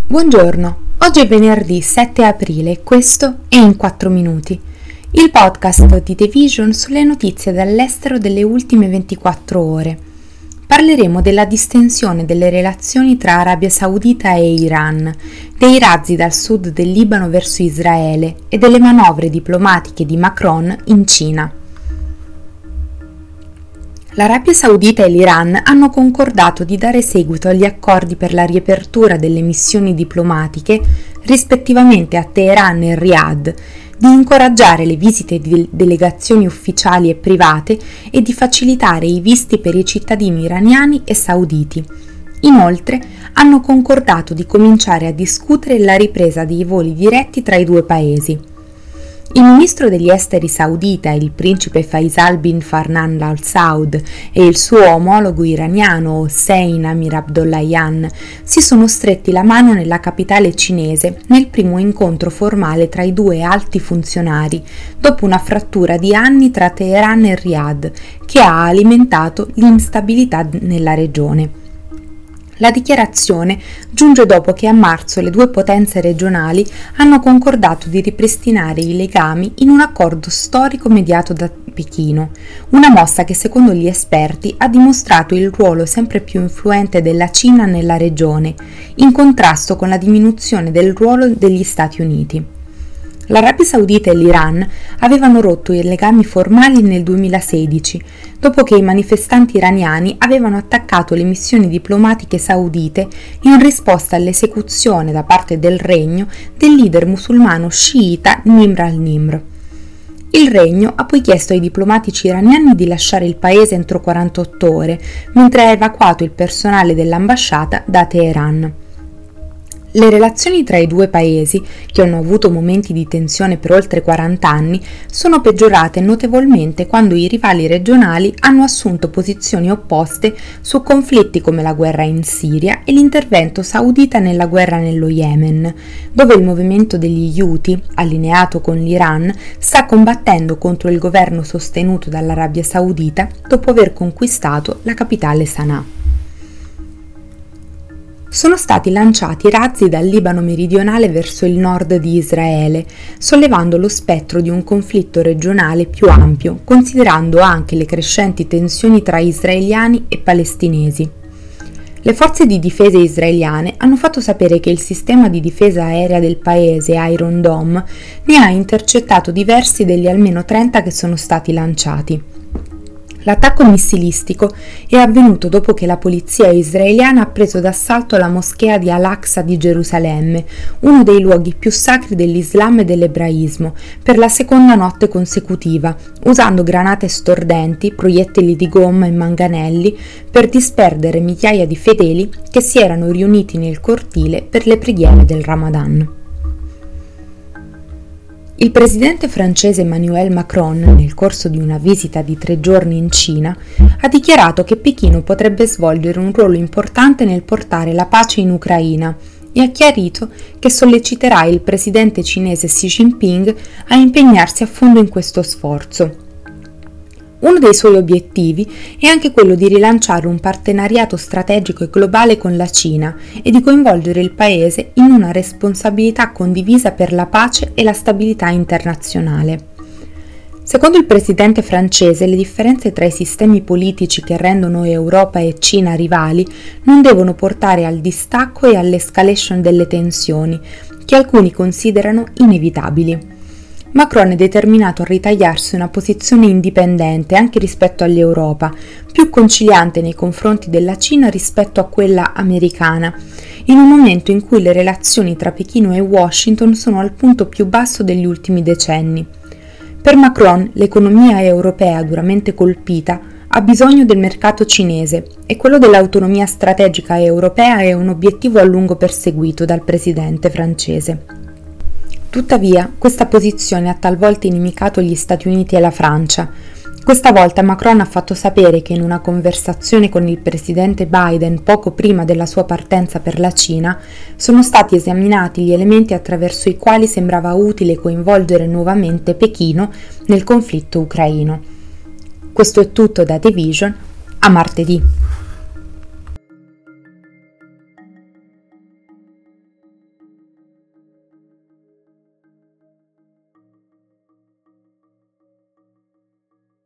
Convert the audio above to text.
Buongiorno, oggi è venerdì 7 aprile e questo è In 4 Minuti, il podcast di The Vision sulle notizie dall'estero delle ultime 24 ore. Parleremo della distensione delle relazioni tra Arabia Saudita e Iran, dei razzi dal sud del Libano verso Israele e delle manovre diplomatiche di Macron in Cina. L'Arabia Saudita e l'Iran hanno concordato di dare seguito agli accordi per la riapertura delle missioni diplomatiche rispettivamente a Teheran e Riyadh, di incoraggiare le visite di delegazioni ufficiali e private e di facilitare i visti per i cittadini iraniani e sauditi. Inoltre, hanno concordato di cominciare a discutere la ripresa dei voli diretti tra i due paesi. Il ministro degli esteri saudita, il principe Faisal bin Farhan Al Saud, e il suo omologo iraniano Hossein Amir Abdollahian si sono stretti la mano nella capitale cinese nel primo incontro formale tra i due alti funzionari, dopo una frattura di anni tra Teheran e Riyadh, che ha alimentato l'instabilità nella regione. La dichiarazione giunge dopo che a marzo le due potenze regionali hanno concordato di ripristinare i legami in un accordo storico mediato da Pechino, una mossa che secondo gli esperti ha dimostrato il ruolo sempre più influente della Cina nella regione, in contrasto con la diminuzione del ruolo degli Stati Uniti. L'Arabia Saudita e l'Iran avevano rotto i legami formali nel 2016, dopo che i manifestanti iraniani avevano attaccato le missioni diplomatiche saudite in risposta all'esecuzione da parte del regno del leader musulmano sciita Nimr al-Nimr. Il regno ha poi chiesto ai diplomatici iraniani di lasciare il paese entro 48 ore, mentre ha evacuato il personale dell'ambasciata da Teheran. Le relazioni tra i due paesi, che hanno avuto momenti di tensione per oltre 40 anni, sono peggiorate notevolmente quando i rivali regionali hanno assunto posizioni opposte su conflitti come la guerra in Siria e l'intervento saudita nella guerra nello Yemen, dove il movimento degli Houthi, allineato con l'Iran, sta combattendo contro il governo sostenuto dall'Arabia Saudita dopo aver conquistato la capitale Sana'a. Sono stati lanciati razzi dal Libano meridionale verso il nord di Israele, sollevando lo spettro di un conflitto regionale più ampio, considerando anche le crescenti tensioni tra israeliani e palestinesi. Le forze di difesa israeliane hanno fatto sapere che il sistema di difesa aerea del paese, Iron Dome, ne ha intercettato diversi degli almeno 30 che sono stati lanciati. L'attacco missilistico è avvenuto dopo che la polizia israeliana ha preso d'assalto la moschea di Al-Aqsa di Gerusalemme, uno dei luoghi più sacri dell'Islam e dell'ebraismo, per la seconda notte consecutiva, usando granate stordenti, proiettili di gomma e manganelli per disperdere migliaia di fedeli che si erano riuniti nel cortile per le preghiere del Ramadan. Il presidente francese Emmanuel Macron, nel corso di una visita di 3 giorni in Cina, ha dichiarato che Pechino potrebbe svolgere un ruolo importante nel portare la pace in Ucraina e ha chiarito che solleciterà il presidente cinese Xi Jinping a impegnarsi a fondo in questo sforzo. Uno dei suoi obiettivi è anche quello di rilanciare un partenariato strategico e globale con la Cina e di coinvolgere il paese in una responsabilità condivisa per la pace e la stabilità internazionale. Secondo il presidente francese, le differenze tra i sistemi politici che rendono Europa e Cina rivali non devono portare al distacco e all'escalation delle tensioni, che alcuni considerano inevitabili. Macron è determinato a ritagliarsi una posizione indipendente anche rispetto all'Europa, più conciliante nei confronti della Cina rispetto a quella americana, in un momento in cui le relazioni tra Pechino e Washington sono al punto più basso degli ultimi decenni. Per Macron, l'economia europea duramente colpita ha bisogno del mercato cinese e quello dell'autonomia strategica europea è un obiettivo a lungo perseguito dal presidente francese. Tuttavia, questa posizione ha talvolta inimicato gli Stati Uniti e la Francia. Questa volta Macron ha fatto sapere che in una conversazione con il presidente Biden poco prima della sua partenza per la Cina sono stati esaminati gli elementi attraverso i quali sembrava utile coinvolgere nuovamente Pechino nel conflitto ucraino. Questo è tutto da The Vision, a martedì.